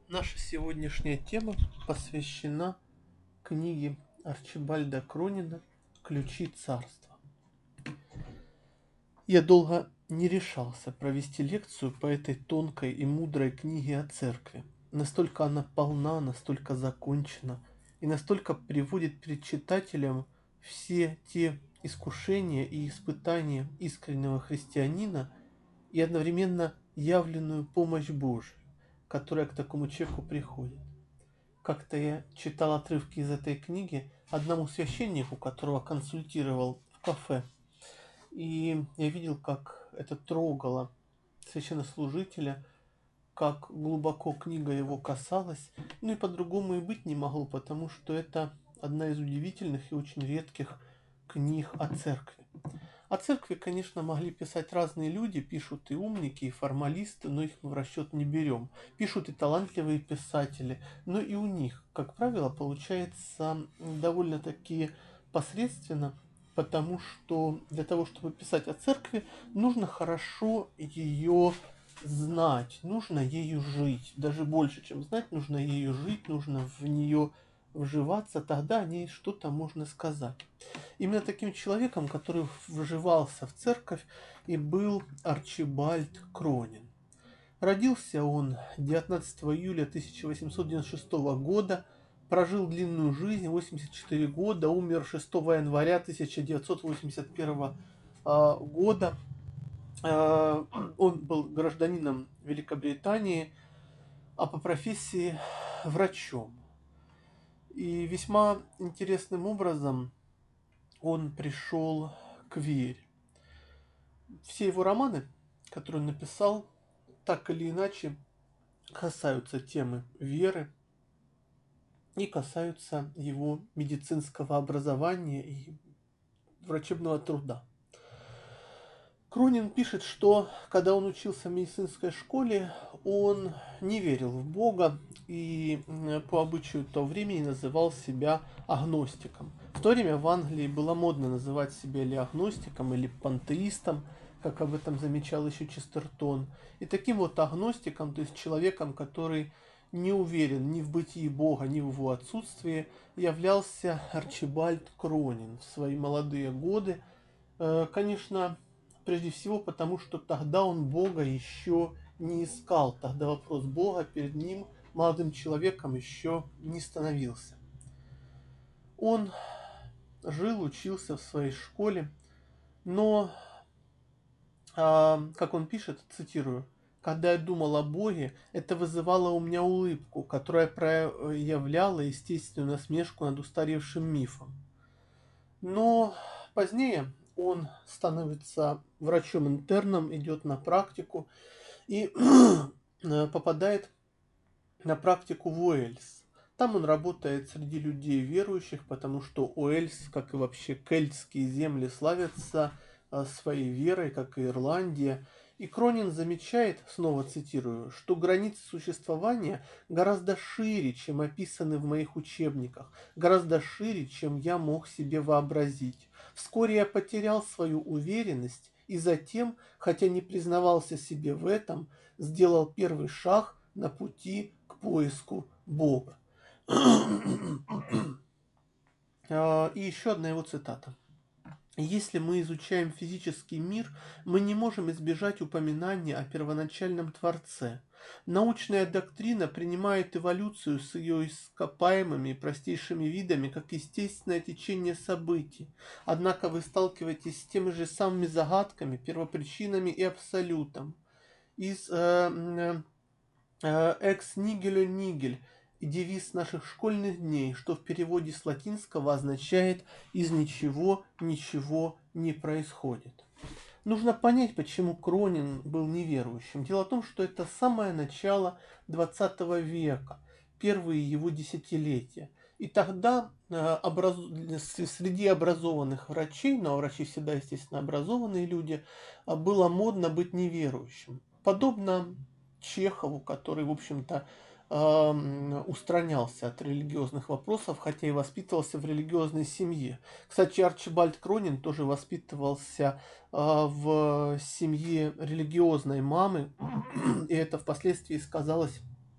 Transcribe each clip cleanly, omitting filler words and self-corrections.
Наша сегодняшняя тема посвящена книге Арчибальда Кронина «Ключи царства». Я долго не решался провести лекцию по этой тонкой и мудрой книге о церкви. Настолько она полна, настолько закончена и настолько приводит перед читателем все те искушения и испытания искреннего христианина и одновременно явленную помощь Божию, которая к такому человеку приходит. Как-то я читал отрывки из этой книги одному священнику, которого консультировал в кафе. И я видел, как это трогало священнослужителя, как глубоко книга его касалась. Ну и по-другому и быть не могло, потому что это одна из удивительных и очень редких книг о церкви. О церкви, конечно, могли писать разные люди, пишут и умники, и формалисты, но их мы в расчет не берем. Пишут и талантливые писатели, но и у них, как правило, получается довольно-таки посредственно, потому что для того, чтобы писать о церкви, нужно хорошо ее знать, нужно ею жить. Даже больше, чем знать, нужно ею жить, нужно в нее вживаться, тогда о ней что-то можно сказать. Именно таким человеком, который вживался в церковь, и был Арчибальд Кронин. Родился он 19 июля 1896 года, прожил длинную жизнь, 84 года, умер 6 января 1981 года. Он был гражданином Великобритании, а по профессии врачом. И весьма интересным образом он пришел к вере. Все его романы, которые он написал, так или иначе касаются темы веры и касаются его медицинского образования и врачебного труда. Кронин пишет, что когда он учился в медицинской школе, он не верил в Бога и по обычаю того времени называл себя агностиком. В то время в Англии было модно называть себя или агностиком, или пантеистом, как об этом замечал еще Честертон. И таким вот агностиком, то есть человеком, который не уверен ни в бытии Бога, ни в его отсутствии, являлся Арчибальд Кронин в свои молодые годы. Конечно, прежде всего потому, что тогда он Бога еще не искал. Тогда вопрос Бога перед ним, молодым человеком, еще не становился. Он жил, учился в своей школе, но, как он пишет, цитирую, «Когда я думал о Боге, это вызывало у меня улыбку, которая проявляла естественную насмешку над устаревшим мифом». Но позднее он становится врачом-интерном, идет на практику и попадает на практику в Уэльс. Там он работает среди людей верующих, потому что Уэльс, как и вообще кельтские земли, славятся своей верой, как и Ирландия. И Кронин замечает, снова цитирую, что границы существования гораздо шире, чем описаны в моих учебниках, гораздо шире, чем я мог себе вообразить. Вскоре я потерял свою уверенность и затем, хотя не признавался себе в этом, сделал первый шаг на пути к поиску Бога. И еще одна его цитата. Если мы изучаем физический мир, мы не можем избежать упоминания о первоначальном Творце. Научная доктрина принимает эволюцию с ее ископаемыми и простейшими видами как естественное течение событий. Однако вы сталкиваетесь с теми же самыми загадками, первопричинами и абсолютом. Из «Ex nihilo nihil» и девиз наших школьных дней, что в переводе с латинского означает «из ничего ничего не происходит». Нужно понять, почему Кронин был неверующим. Дело в том, что это самое начало XX века, первые его десятилетия. И тогда среди образованных врачей, но врачи всегда, естественно, образованные люди, было модно быть неверующим. Подобно Чехову, который, в общем-то, устранялся от религиозных вопросов, хотя и воспитывался в религиозной семье. Кстати, Арчибальд Кронин тоже воспитывался в семье религиозной мамы, и это впоследствии сказалось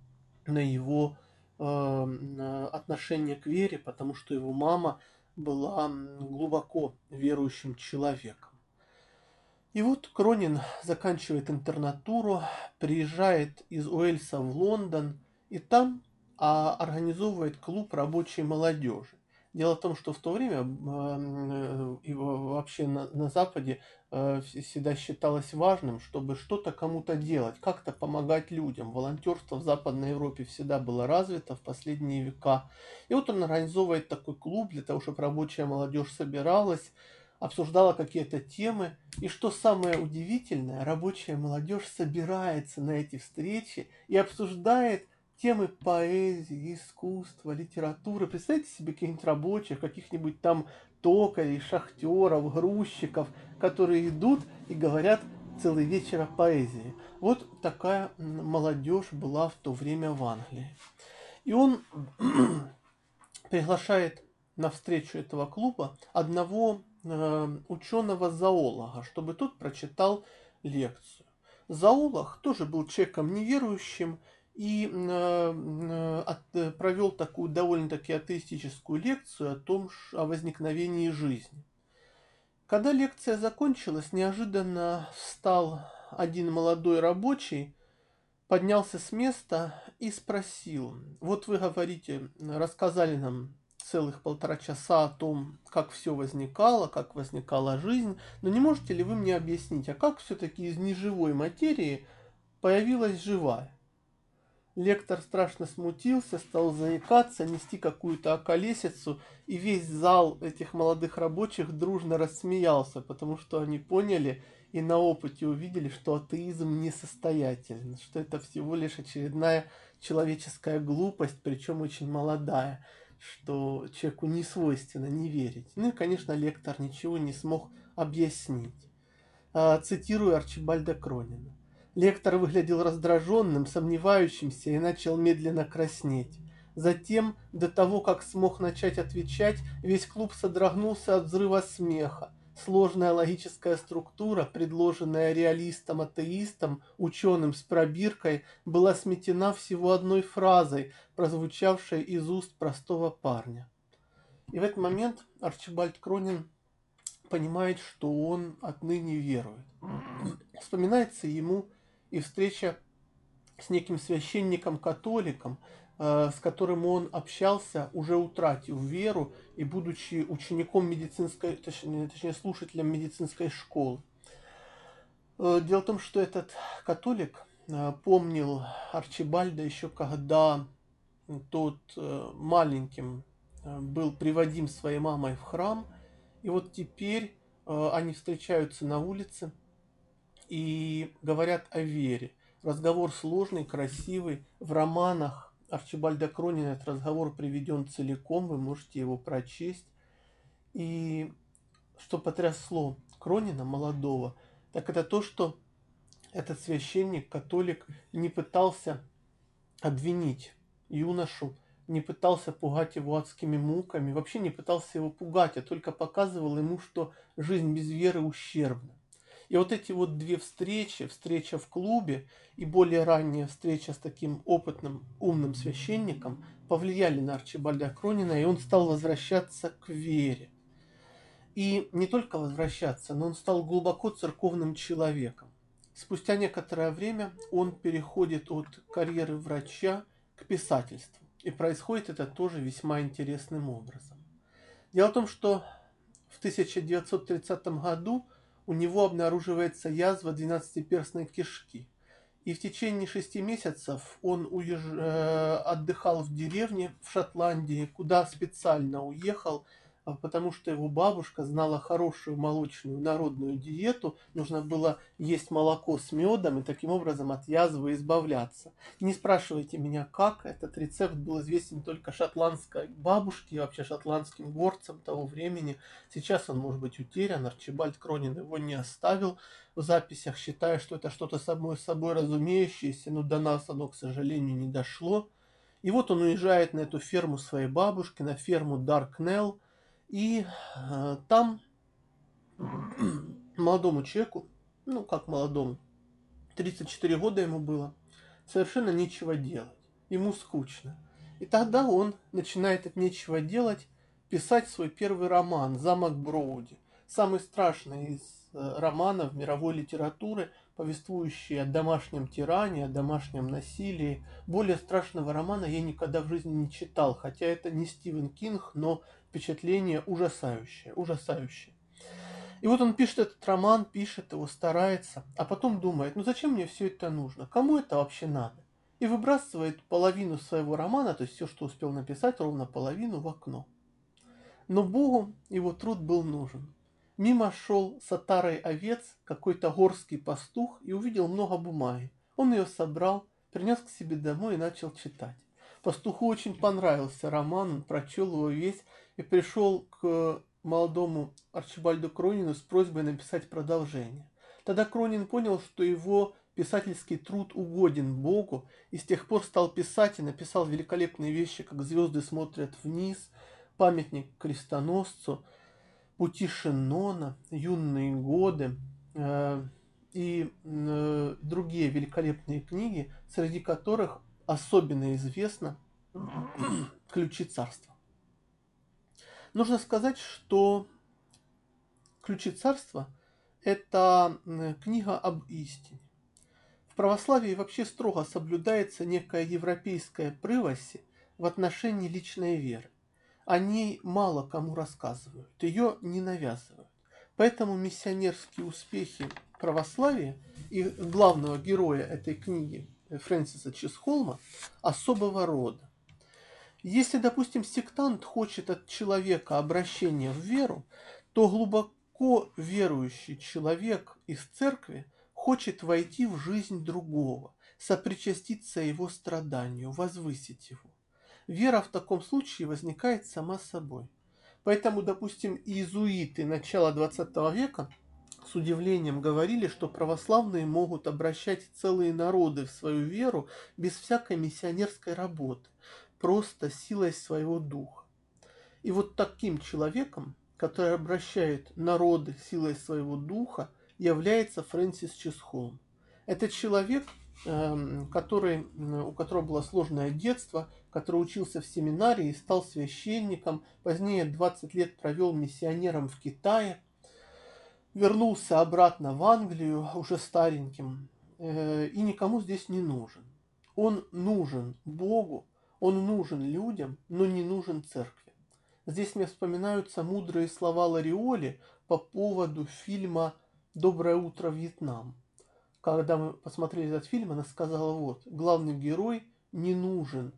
на его отношение к вере, потому что его мама была глубоко верующим человеком. И вот Кронин заканчивает интернатуру, приезжает из Уэльса в Лондон и там организовывает клуб рабочей молодежи. Дело в том, что в то время и вообще на Западе всегда считалось важным, чтобы что-то кому-то делать, как-то помогать людям. Волонтерство в Западной Европе всегда было развито в последние века. И вот он организовывает такой клуб для того, чтобы рабочая молодежь собиралась, обсуждала какие-то темы. И что самое удивительное, рабочая молодежь собирается на эти встречи и обсуждает темы поэзии, искусства, литературы. Представьте себе каких-нибудь рабочих, каких-нибудь там токарей, шахтеров, грузчиков, которые идут и говорят целый вечер о поэзии. Вот такая молодежь была в то время в Англии. И он приглашает на встречу этого клуба одного ученого-зоолога, чтобы тот прочитал лекцию. Зоолог тоже был человеком неверующим и провел такую довольно-таки атеистическую лекцию о возникновении жизни. Когда лекция закончилась, неожиданно встал один молодой рабочий, поднялся с места и спросил: вот вы говорите, рассказали нам целых 1,5 часа о том, как все возникало, как возникала жизнь, но не можете ли вы мне объяснить, а как все-таки из неживой материи появилась живая? Лектор страшно смутился, стал заикаться, нести какую-то околесицу, и весь зал этих молодых рабочих дружно рассмеялся, потому что они поняли и на опыте увидели, что атеизм несостоятелен, что это всего лишь очередная человеческая глупость, причем очень молодая, что человеку не свойственно не верить. Ну и, конечно, лектор ничего не смог объяснить. Цитирую Арчибальда Кронина. Лектор выглядел раздраженным, сомневающимся и начал медленно краснеть. Затем, до того, как смог начать отвечать, весь клуб содрогнулся от взрыва смеха. Сложная логическая структура, предложенная реалистом-атеистом, ученым с пробиркой, была сметена всего одной фразой, прозвучавшей из уст простого парня. И в этот момент Арчибальд Кронин понимает, что он отныне верует. Вспоминается ему и встреча с неким священником-католиком, с которым он общался, уже утратив веру и будучи учеником медицинской, точнее слушателем медицинской школы. Дело в том, что этот католик помнил Арчибальда еще когда тот маленьким был приводим своей мамой в храм, и вот теперь они встречаются на улице и говорят о вере. Разговор сложный, красивый. В романах Арчибальда Кронина этот разговор приведен целиком, вы можете его прочесть. И что потрясло Кронина, молодого, так это то, что этот священник, католик, не пытался обвинить юношу, не пытался пугать его адскими муками, вообще не пытался его пугать, а только показывал ему, что жизнь без веры ущербна. И вот эти вот две встречи, встреча в клубе и более ранняя встреча с таким опытным, умным священником, повлияли на Арчибальда Кронина, и он стал возвращаться к вере. И не только возвращаться, но он стал глубоко церковным человеком. Спустя некоторое время он переходит от карьеры врача к писательству. И происходит это тоже весьма интересным образом. Дело в том, что в 1930 году у него обнаруживается язва двенадцатиперстной кишки. И в течение 6 месяцев он отдыхал в деревне в Шотландии, куда специально уехал, потому что его бабушка знала хорошую молочную народную диету, нужно было есть молоко с медом и таким образом от язвы избавляться. Не спрашивайте меня как, этот рецепт был известен только шотландской бабушке и вообще шотландским горцам того времени. Сейчас он может быть утерян, Арчибальд Кронин его не оставил в записях, считая, что это что-то само собой разумеющееся, но до нас оно, к сожалению, не дошло. И вот он уезжает на эту ферму своей бабушки, на ферму Даркнелл, и там молодому человеку, ну как молодому, 34 года ему было, совершенно нечего делать. ему скучно. И тогда он начинает от нечего делать писать свой первый роман «Замок Броуди». Самый страшный из романов мировой литературы, повествующий о домашнем тиране, о домашнем насилии. Более страшного романа я никогда в жизни не читал, хотя это не Стивен Кинг, но впечатление ужасающее, ужасающее. И вот он пишет этот роман, пишет его, старается, а потом думает, ну зачем мне все это нужно, кому это вообще надо? И выбрасывает половину своего романа, то есть все, что успел написать, ровно половину в окно. Но Богу его труд был нужен. Мимо шел с отарой овец какой-то горский пастух и увидел много бумаги. Он ее собрал, принес к себе домой и начал читать. Пастуху очень понравился роман, он прочел его весь и пришел к молодому Арчибальду Кронину с просьбой написать продолжение. Тогда Кронин понял, что его писательский труд угоден Богу, и с тех пор стал писать и написал великолепные вещи, как «Звезды смотрят вниз», «Памятник крестоносцу», «Пути Шиннона», «Юные годы» и другие великолепные книги, среди которых особенно известна «Ключи царства». Нужно сказать, что «Ключи царства» – это книга об истине. В православии вообще строго соблюдается некая европейская privacy в отношении личной веры. О ней мало кому рассказывают, ее не навязывают. Поэтому миссионерские успехи православия и главного героя этой книги Фрэнсиса Чисхолма особого рода. Если, допустим, сектант хочет от человека обращения в веру, то глубоко верующий человек из церкви хочет войти в жизнь другого, сопричаститься его страданию, возвысить его. Вера в таком случае возникает сама собой. Поэтому, допустим, иезуиты начала XX века с удивлением говорили, что православные могут обращать целые народы в свою веру без всякой миссионерской работы, просто силой своего духа. И вот таким человеком, который обращает народы силой своего духа, является Фрэнсис Чисхолм. Это человек, у которого было сложное детство, который учился в семинарии, стал священником, позднее 20 лет провел миссионером в Китае, вернулся обратно в Англию уже стареньким и никому здесь не нужен. Он нужен Богу, он нужен людям, но не нужен церкви. Здесь мне вспоминаются мудрые слова Лариоли по поводу фильма «Доброе утро, Вьетнам». Когда мы посмотрели этот фильм, она сказала вот, главный герой не нужен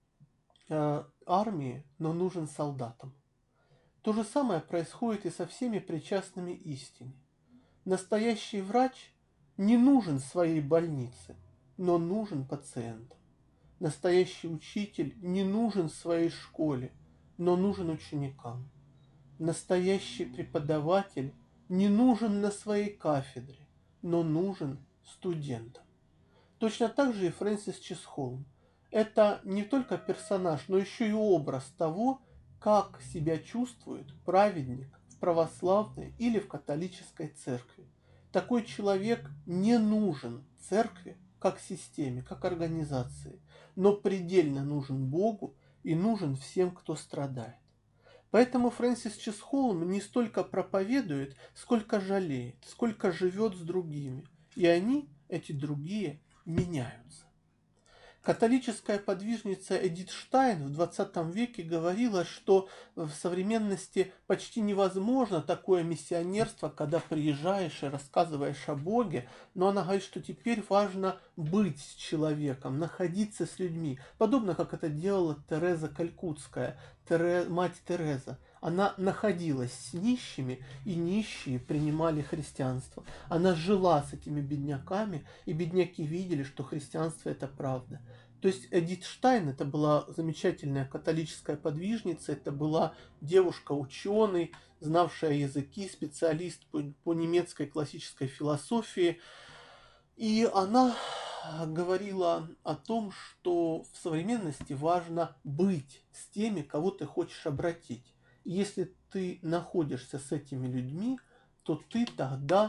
армии, но нужен солдатам. То же самое происходит и со всеми причастными истине. Настоящий врач не нужен своей больнице, но нужен пациентам. Настоящий учитель не нужен своей школе, но нужен ученикам. Настоящий преподаватель не нужен на своей кафедре, но нужен студентам. Точно так же и Фрэнсис Чисхолм. Это не только персонаж, но еще и образ того, как себя чувствует праведник в православной или в католической церкви. Такой человек не нужен церкви как системе, как организации, но предельно нужен Богу и нужен всем, кто страдает. Поэтому Фрэнсис Чисхолм не столько проповедует, сколько жалеет, сколько живет с другими. И они, эти другие, меняются. Католическая подвижница Эдит Штайн в 20 веке говорила, что в современности почти невозможно такое миссионерство, когда приезжаешь и рассказываешь о Боге, но она говорит, что теперь важно быть с человеком, находиться с людьми, подобно как это делала Тереза Калькутская, мать Тереза. Она находилась с нищими, и нищие принимали христианство. Она жила с этими бедняками, и бедняки видели, что христианство это правда. То есть Эдит Штайн это была замечательная католическая подвижница, это была девушка-ученый, знавшая языки, специалист по немецкой классической философии. И она говорила о том, что в современности важно быть с теми, кого ты хочешь обратить. И если ты находишься с этими людьми, то ты тогда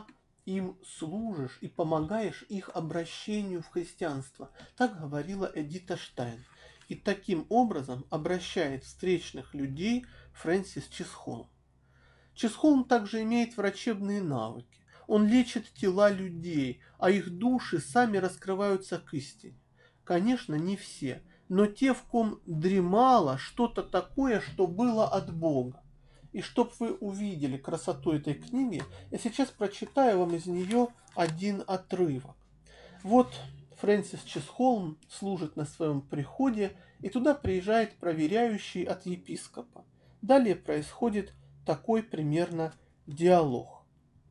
им служишь и помогаешь их обращению в христианство. Так говорила Эдита Штайн. И таким образом обращает встречных людей Фрэнсис Чисхолм. Чисхолм также имеет врачебные навыки. Он лечит тела людей, а их души сами раскрываются к истине. Конечно, не все, но те, в ком дремало что-то такое, что было от Бога. И чтоб вы увидели красоту этой книги, я сейчас прочитаю вам из нее один отрывок. Вот Фрэнсис Чисхолм служит на своем приходе, и туда приезжает проверяющий от епископа. Далее происходит такой примерно диалог.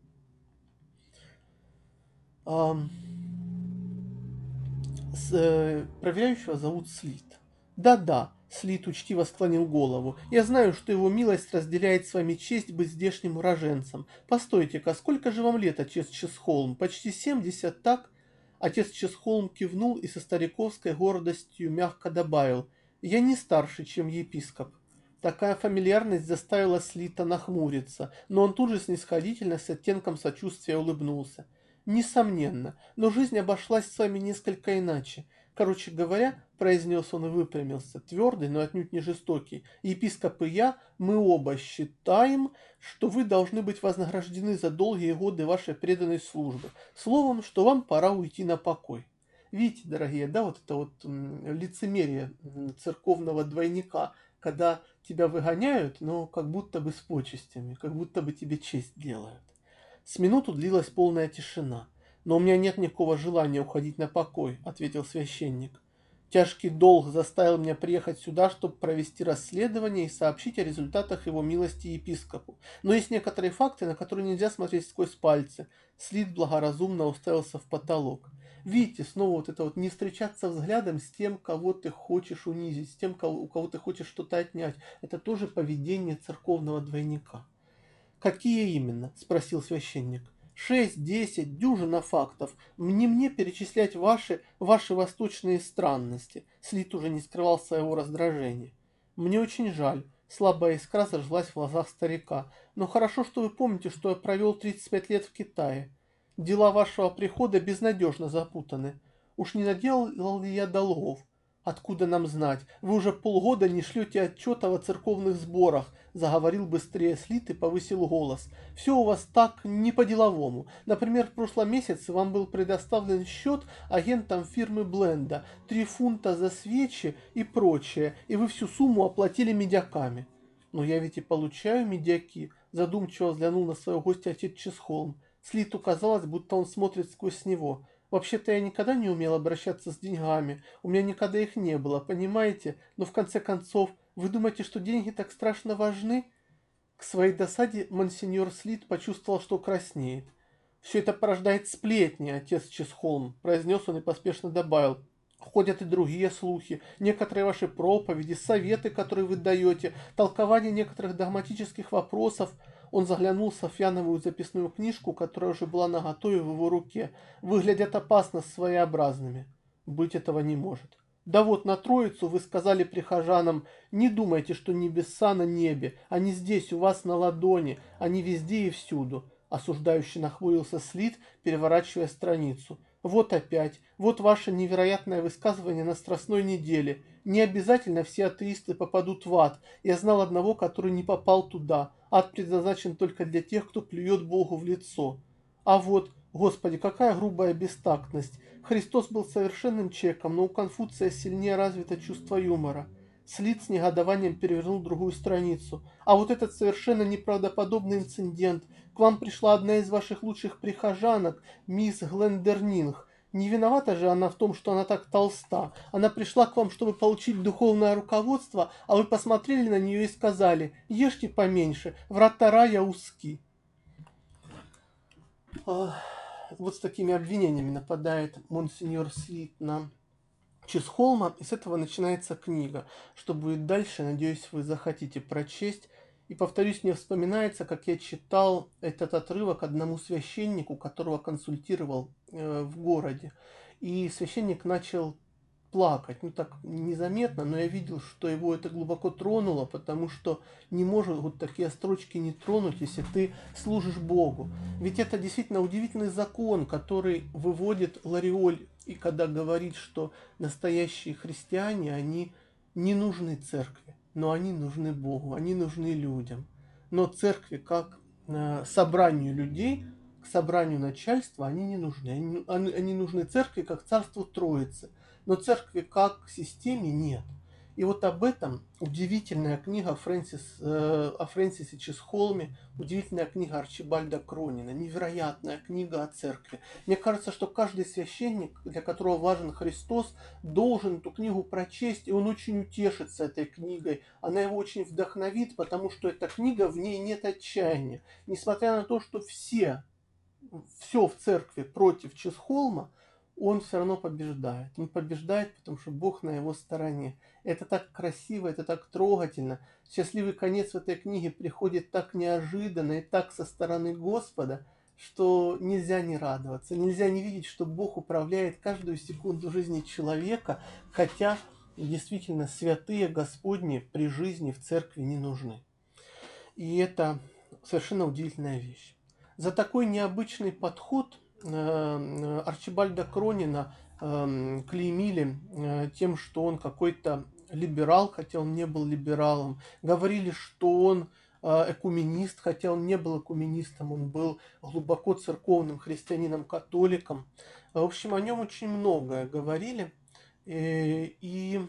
Проверяющего зовут Слит. Да-да, Слит учтиво склонил голову. Я знаю, что его милость разделяет с вами честь быть здешним уроженцем. Постойте-ка, сколько же вам лет, отец Чисхолм? Почти 70, так? Отец Чисхолм кивнул и со стариковской гордостью мягко добавил: я не старше, чем епископ. Такая фамильярность заставила Слита нахмуриться, но он тут же снисходительно с оттенком сочувствия улыбнулся. Несомненно, но жизнь обошлась с вами несколько иначе. Короче говоря, произнес он и выпрямился, твердый, но отнюдь не жестокий. Епископ и я, мы оба считаем, что вы должны быть вознаграждены за долгие годы вашей преданной службы. Словом, что вам пора уйти на покой. Видите, дорогие, да, вот это вот лицемерие церковного двойника, когда тебя выгоняют, но как будто бы с почестями, как будто бы тебе честь делают. С минуту длилась полная тишина. «Но у меня нет никакого желания уходить на покой», — ответил священник. «Тяжкий долг заставил меня приехать сюда, чтобы провести расследование и сообщить о результатах его милости епископу. Но есть некоторые факты, на которые нельзя смотреть сквозь пальцы». Слит благоразумно уставился в потолок. Видите, снова вот это вот не встречаться взглядом с тем, кого ты хочешь унизить, с тем, у кого ты хочешь что-то отнять. Это тоже поведение церковного двойника. «Какие именно?» – спросил священник. «6, 10, дюжина фактов. Не мне перечислять ваши восточные странности». Слит уже не скрывал своего раздражения. «Мне очень жаль». Слабая искра зажглась в глазах старика. «Но хорошо, что вы помните, что я провел 35 лет в Китае. Дела вашего прихода безнадежно запутаны. Уж не наделал ли я долгов? Откуда нам знать? Вы уже полгода не шлете отчета о церковных сборах», заговорил быстрее Слит и повысил голос. «Все у вас так не по-деловому. Например, в прошлом месяце вам был предоставлен счет агентам фирмы Бленда, 3 фунта за свечи и прочее, и вы всю сумму оплатили медяками». «Но я ведь и получаю медяки», задумчиво взглянул на своего гостя отец Чисхолм. Слиту казалось, будто он смотрит сквозь него. «Вообще-то я никогда не умел обращаться с деньгами, у меня никогда их не было, понимаете? Но в конце концов, вы думаете, что деньги так страшно важны?» К своей досаде монсеньор Слит почувствовал, что краснеет. «Все это порождает сплетни, отец Чисхолм», произнес он и поспешно добавил. «Ходят и другие слухи, некоторые ваши проповеди, советы, которые вы даете, толкование некоторых догматических вопросов». Он заглянул в софьяновую записную книжку, которая уже была наготове в его руке. «Выглядят опасно своеобразными». «Быть этого не может». «Да вот, на Троицу вы сказали прихожанам: не думайте, что небеса на небе, они здесь, у вас на ладони, они везде и всюду». Осуждающий нахмурился Слит, переворачивая страницу. «Вот опять, вот ваше невероятное высказывание на Страстной неделе. Не обязательно все атеисты попадут в ад. Я знал одного, который не попал туда. Ад предназначен только для тех, кто плюет Богу в лицо». А вот, Господи, какая грубая бестактность. Христос был совершенным человеком, но у Конфуция сильнее развито чувство юмора. Слит с негодованием перевернул другую страницу. А вот этот совершенно неправдоподобный инцидент. К вам пришла одна из ваших лучших прихожанок, мисс Глендернинг. Не виновата же она в том, что она так толста. Она пришла к вам, чтобы получить духовное руководство, а вы посмотрели на нее и сказали: ешьте поменьше, врата рая узки. Вот с такими обвинениями нападает монсеньор Слит на Чисхолма, и с этого начинается книга. Что будет дальше, надеюсь, вы захотите прочесть. И, повторюсь, мне вспоминается, как я читал этот отрывок одному священнику, которого консультировал в городе. И священник начал плакать. Ну так незаметно, но я видел, что его это глубоко тронуло, потому что не может вот такие строчки не тронуть, если ты служишь Богу. Ведь это действительно удивительный закон, который выводит Лариоль, и когда говорит, что настоящие христиане, они не нужны церкви, но они нужны Богу, они нужны людям. Но церкви как собранию людей, к собранию начальства они не нужны. Они нужны церкви как царству Троицы, но церкви как системе нет. И вот об этом удивительная книга о Фрэнсисе Чисхолме, удивительная книга Арчибальда Кронина, невероятная книга о церкви. Мне кажется, что каждый священник, для которого важен Христос, должен эту книгу прочесть, и он очень утешится этой книгой. Она его очень вдохновит, потому что эта книга, в ней нет отчаяния. Несмотря на то, что все в церкви против Чисхолма, он все равно побеждает. Он побеждает, потому что Бог на его стороне. Это так красиво, это так трогательно. Счастливый конец в этой книге приходит так неожиданно и так со стороны Господа, что нельзя не радоваться, нельзя не видеть, что Бог управляет каждую секунду жизни человека, хотя действительно святые Господни при жизни в церкви не нужны. И это совершенно удивительная вещь. За такой необычный подход Арчибальда Кронина клеймили тем, что он какой-то либерал, хотя он не был либералом. Говорили, что он экуменист, хотя он не был экуменистом, он был глубоко церковным христианином-католиком. В общем, о нем очень многое говорили. И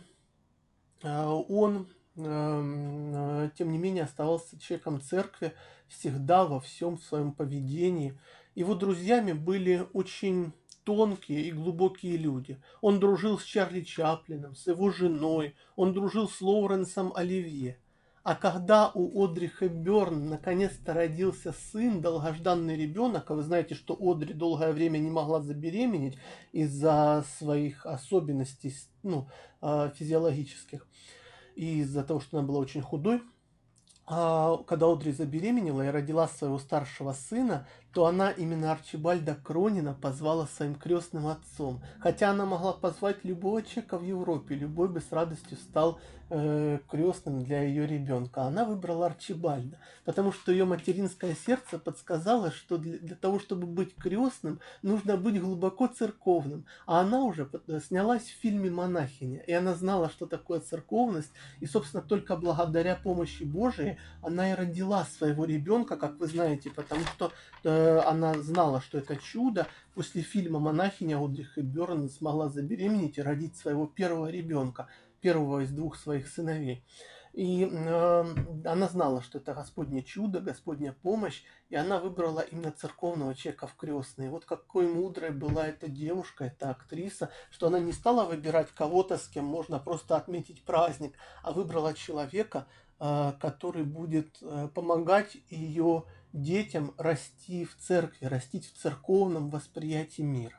он, тем не менее, оставался человеком церкви всегда во всем своем поведении. Его друзьями были очень тонкие и глубокие люди. Он дружил с Чарли Чаплином, с его женой, он дружил с Лоуренсом Оливье. А когда у Одри Хепберн наконец-то родился сын, долгожданный ребенок, а вы знаете, что Одри долгое время не могла забеременеть из-за своих особенностей, физиологических, и из-за того, что она была очень худой, когда Одри забеременела и родила своего старшего сына, то она именно Арчибальда Кронина позвала своим крестным отцом. Хотя она могла позвать любого человека в Европе, любой бы с радостью стал крестным для ее ребенка. Она выбрала Арчибальда, потому что ее материнское сердце подсказало, что для того, чтобы быть крестным, нужно быть глубоко церковным. А она уже снялась в фильме «Монахиня», и она знала, что такое церковность, и, собственно, только благодаря помощи Божией она и родила своего ребенка, как вы знаете, потому что она знала, что это чудо. После фильма «Монахиня» Одри Хепберн смогла забеременеть и родить своего первого ребенка, первого из двух своих сыновей. И она знала, что это Господне чудо, Господня помощь, и она выбрала именно церковного человека в крестные. Вот какой мудрой была эта девушка, эта актриса, что она не стала выбирать кого-то, с кем можно просто отметить праздник, а выбрала человека, который будет помогать ее детям расти в церкви, растить в церковном восприятии мира.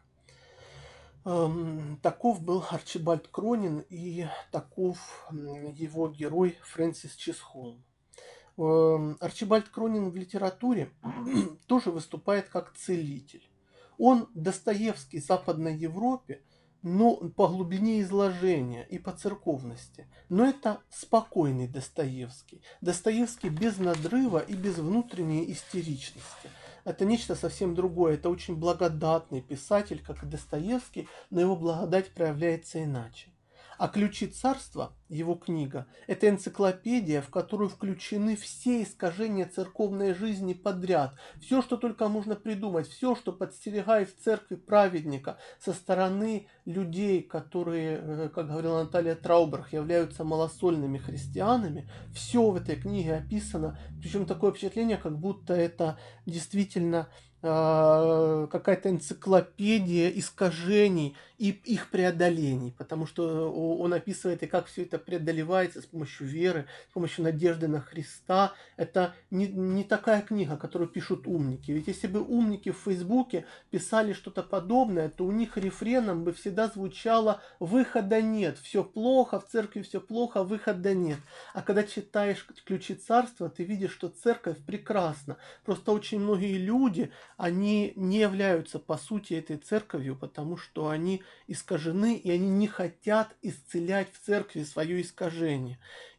Таков был Арчибальд Кронин и таков его герой Фрэнсис Чисхолм. Арчибальд Кронин в литературе тоже выступает как целитель. Он Достоевский Западной Европе, но по глубине изложения и по церковности. Но это спокойный Достоевский. Достоевский без надрыва и без внутренней истеричности. Это нечто совсем другое. Это очень благодатный писатель, как и Достоевский, но его благодать проявляется иначе. А «Ключи царства», его книга, это энциклопедия, в которую включены все искажения церковной жизни подряд. Все, что только можно придумать, все, что подстерегает в церкви праведника со стороны людей, которые, как говорила Наталья Трауберг, являются малосольными христианами, все в этой книге описано. Причем такое впечатление, как будто это действительно какая-то энциклопедия искажений и их преодолений, потому что он описывает и как все это преодолевается с помощью веры, с помощью надежды на Христа. Это не такая книга, которую пишут умники. Ведь если бы умники в Фейсбуке писали что-то подобное, то у них рефреном бы всегда звучало «выхода нет, все плохо, в церкви все плохо, выхода нет». А когда читаешь «Ключи царства», ты видишь, что церковь прекрасна. Просто очень многие люди, они не являются по сути этой церковью, потому что они искажены, и они не хотят исцелять в церкви свое искажение.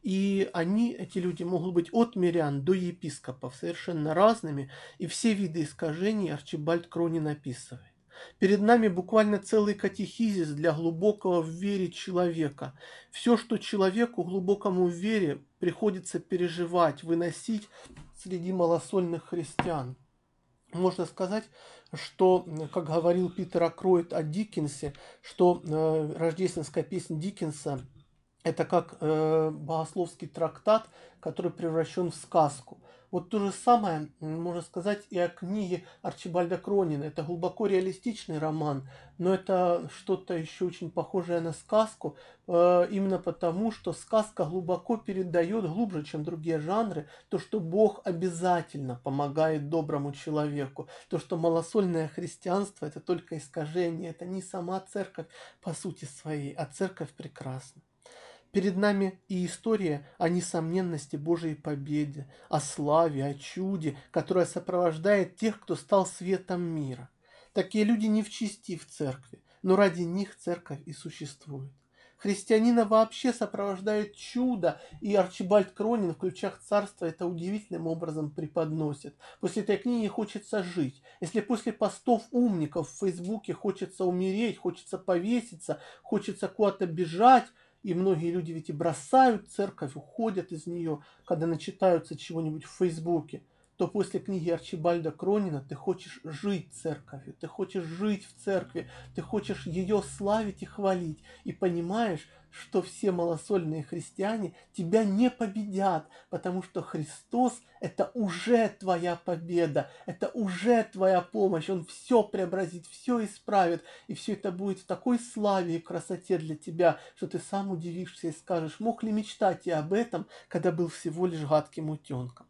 И они, эти люди, могут быть от мирян до епископов, совершенно разными, и все виды искажений Арчибальд Кронин описывает. Перед нами буквально целый катехизис для глубокого в вере человека. Все, что человеку глубокому в вере приходится переживать, выносить среди малосольных христиан. Можно сказать, что, как говорил Питер Акроид о Диккенсе, что рождественская песня Диккенса это как богословский трактат, который превращен в сказку. Вот то же самое можно сказать и о книге Арчибальда Кронина. Это глубоко реалистичный роман, но это что-то еще очень похожее на сказку, именно потому, что сказка глубоко передает, глубже, чем другие жанры, то, что Бог обязательно помогает доброму человеку, то, что малосольное христианство это только искажение, это не сама церковь по сути своей, а церковь прекрасна. Перед нами и история о несомненности Божьей победы, о славе, о чуде, которая сопровождает тех, кто стал светом мира. Такие люди не в чести в церкви, но ради них церковь и существует. Христианина вообще сопровождает чудо, и Арчибальд Кронин в «Ключах царства» это удивительным образом преподносит. После этой книги хочется жить. Если после постов умников в Фейсбуке хочется умереть, хочется повеситься, хочется куда-то бежать, и многие люди ведь и бросают церковь, уходят из нее, когда начитаются чего-нибудь в Фейсбуке, то после книги Арчибальда Кронина ты хочешь жить церковью, ты хочешь жить в церкви, ты хочешь ее славить и хвалить, и понимаешь, что все малосольные христиане тебя не победят, потому что Христос это уже твоя победа, это уже твоя помощь, Он все преобразит, все исправит, и все это будет в такой славе и красоте для тебя, что ты сам удивишься и скажешь, мог ли мечтать я об этом, когда был всего лишь гадким утенком.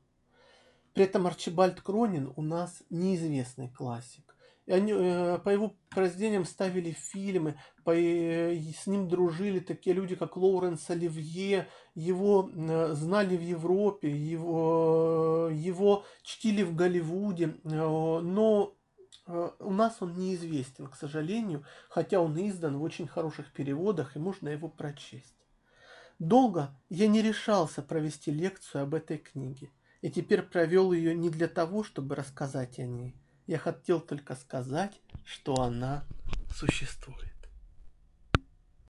При этом Арчибальд Кронин у нас неизвестный классик. По его произведениям ставили фильмы, с ним дружили такие люди, как Лоуренс Оливье, его знали в Европе, его чтили в Голливуде, но у нас он неизвестен, к сожалению, хотя он издан в очень хороших переводах, и можно его прочесть. Долго я не решался провести лекцию об этой книге, и теперь провел ее не для того, чтобы рассказать о ней. Я хотел только сказать, что она существует.